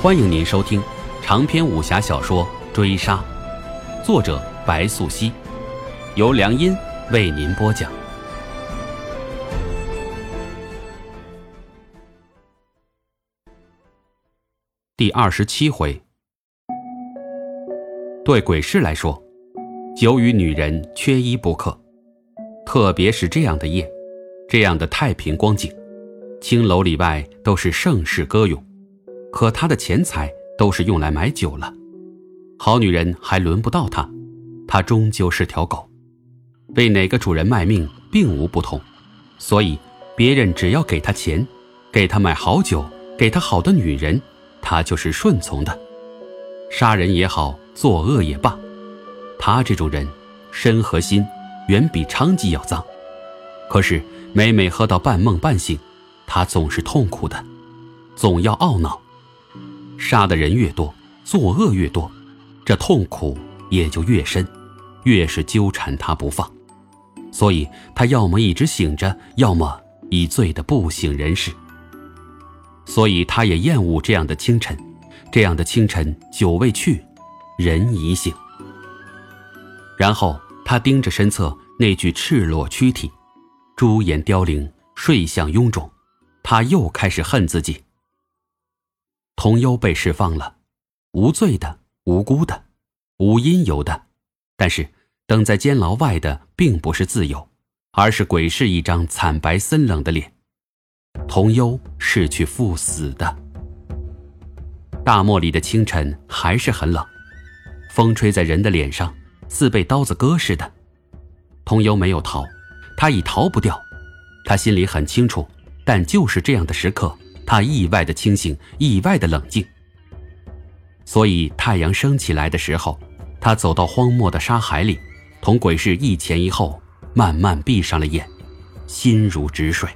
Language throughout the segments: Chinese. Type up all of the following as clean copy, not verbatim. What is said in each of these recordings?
欢迎您收听长篇武侠小说《追杀》，作者白素熙，由良音为您播讲。第27回。对鬼市来说，酒与女人缺一不可，特别是这样的夜，这样的太平光景，青楼里外都是盛世歌咏，可他的钱财都是用来买酒了。好女人还轮不到他，他终究是条狗，为哪个主人卖命并无不同，所以别人只要给他钱，给他买好酒，给他好的女人，他就是顺从的。杀人也好，作恶也罢，他这种人身和心远比娼妓要脏。可是每每喝到半梦半醒，他总是痛苦的，总要懊恼。杀的人越多，作恶越多，这痛苦也就越深，越是纠缠他不放。所以他要么一直醒着，要么已醉得不省人事。所以他也厌恶这样的清晨，这样的清晨酒未去，人已醒。然后他盯着身侧那具赤裸躯体，朱颜凋零，睡相臃肿，他又开始恨自己。童幽被释放了，无罪的，无辜的，无因由的，但是等在监牢外的并不是自由，而是鬼市一张惨白森冷的脸。童幽是去赴死的。大漠里的清晨还是很冷，风吹在人的脸上，似被刀子割似的。童幽没有逃，他已逃不掉，他心里很清楚，但就是这样的时刻，他意外的清醒，意外的冷静。所以太阳升起来的时候，他走到荒漠的沙海里，同鬼市一前一后，慢慢闭上了眼，心如止水。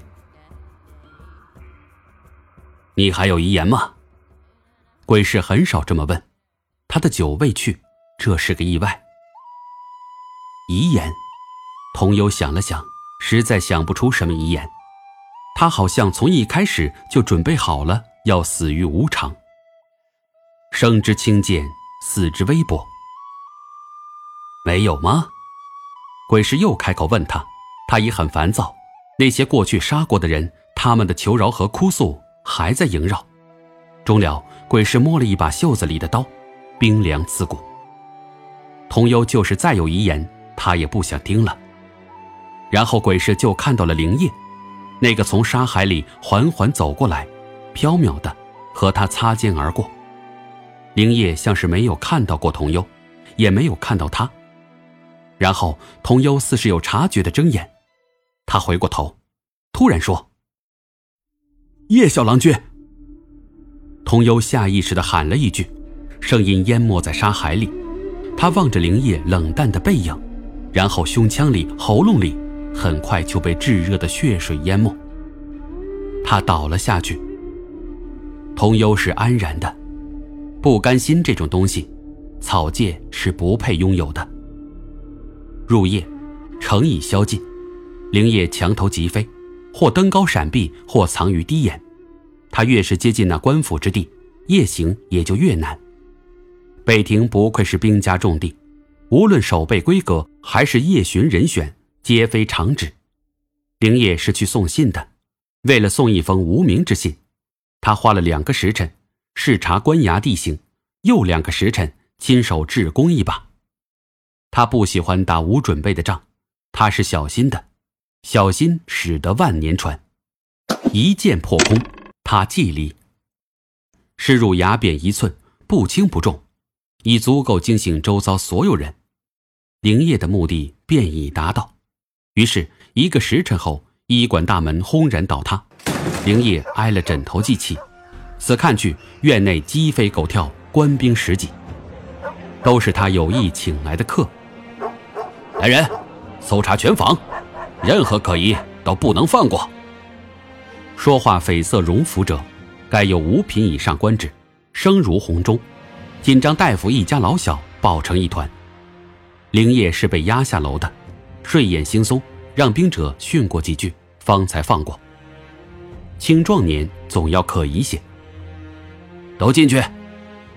你还有遗言吗？鬼市很少这么问，他的酒未去，这是个意外。遗言？童幽想了想，实在想不出什么遗言。他好像从一开始就准备好了要死于无常。生之轻贱，死之微薄。没有吗？鬼市又开口问他，他已很烦躁，那些过去杀过的人，他们的求饶和哭诉还在萦绕。终了，鬼市摸了一把袖子里的刀，冰凉刺骨。童幽就是再有遗言，他也不想听了。然后鬼市就看到了灵叶，那个从沙海里缓缓走过来，飘渺的和他擦肩而过。灵叶像是没有看到过童幽，也没有看到他。然后童幽似是有察觉的睁眼，他回过头，突然说：叶小郎君。童幽下意识地喊了一句，声音淹没在沙海里。他望着灵叶冷淡的背影，然后胸腔里喉咙里很快就被炙热的血水淹没，他倒了下去。童幽是安然的，不甘心这种东西，草芥是不配拥有的。入夜，城已宵尽，灵叶墙头疾飞，或登高闪避，或藏于低眼。他越是接近那官府之地，夜行也就越难。北庭不愧是兵家重地，无论守备规格还是夜巡人选，皆非常旨。灵叶是去送信的，为了送一封无名之信，他花了2个时辰视察关衙地形，又2个时辰亲手制弓一把。他不喜欢打无准备的仗，他是小心的，小心使得万年船。一箭破空，他既离。矢入崖扁1寸，不轻不重，已足够惊醒周遭所有人。灵叶的目的便已达到。于是1个时辰后，医馆大门轰然倒塌，灵叶挨了枕头即起。此看去，院内鸡飞狗跳，官兵十几，都是他有意请来的客。来人，搜查全房，任何可疑都不能放过。说话绯色荣服者，该有5品以上官职，声如洪钟，紧张大夫一家老小抱成一团。灵叶是被押下楼的，睡眼惺忪，让兵者训过几句，方才放过。青壮年总要可疑些。都进去，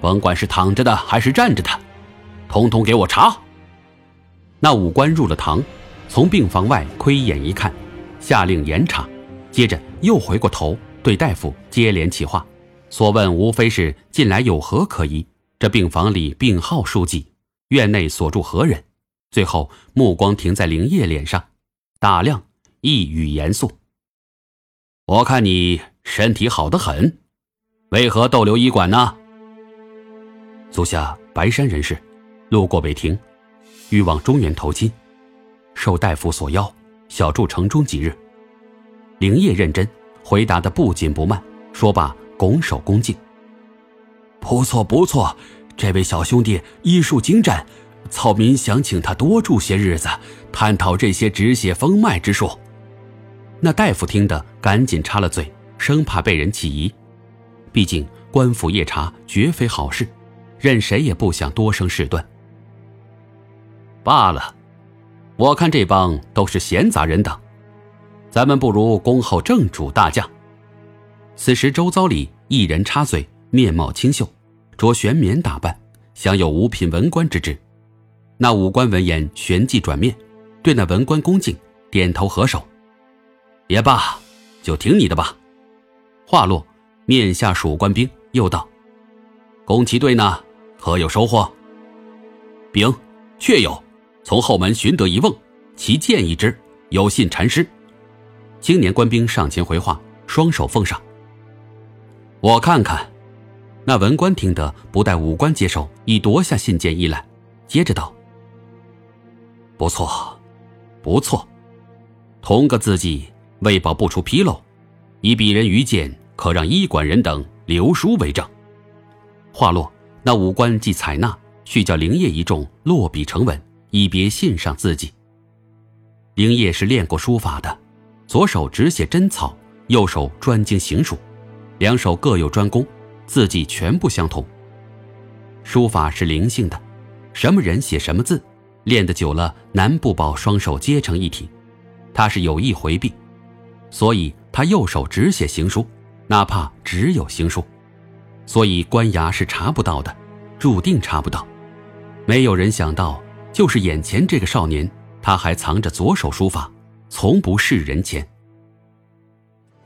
甭管是躺着的还是站着的，统统给我查。那武官入了堂，从病房外窥眼一看，下令严查，接着又回过头对大夫接连起话，所问无非是近来有何可疑，这病房里病号数几，院内所住何人，最后目光停在灵业脸上，打量一语严肃：我看你身体好得很，为何逗留医馆呢？足下白山人士，路过北庭，欲往中原投亲，受大夫所邀，小住城中几日。灵业认真回答得不紧不慢，说罢拱手恭敬：不错不错，这位小兄弟医术精湛，草民想请他多住些日子，探讨这些止血封脉之术。那大夫听得赶紧插了嘴，生怕被人起疑，毕竟官府夜查绝非好事，任谁也不想多生事端。罢了，我看这帮都是闲杂人等，咱们不如恭候正主大驾。此时周遭里一人插嘴，面貌清秀，着玄冕打扮，享有五品文官之职。那武官闻言旋即转面，对那文官恭敬，点头合手：也罢，就听你的吧。话落，面下属官兵又道：宫骑队呢，可有收获？禀，确有，从后门寻得一瓮，其剑一支，有信禅师。青年官兵上前回话，双手奉上。我看看。那文官听得不待武官接手，已夺下信件一览，接着道：不错不错，同个字迹，为保不出纰漏，以鄙人愚见，可让医馆人等留书为证。话落，那武官即采纳，续叫灵业一众落笔成文，以别信上字迹。灵业是练过书法的，左手只写真草，右手专精行书，两手各有专攻，字迹全部相同。书法是灵性的，什么人写什么字，练得久了难不保双手皆成一体。他是有意回避，所以他右手只写行书，哪怕只有行书，所以官衙是查不到的，注定查不到。没有人想到，就是眼前这个少年，他还藏着左手书法，从不示人前。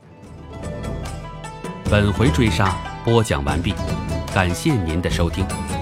本回追杀播讲完毕，感谢您的收听。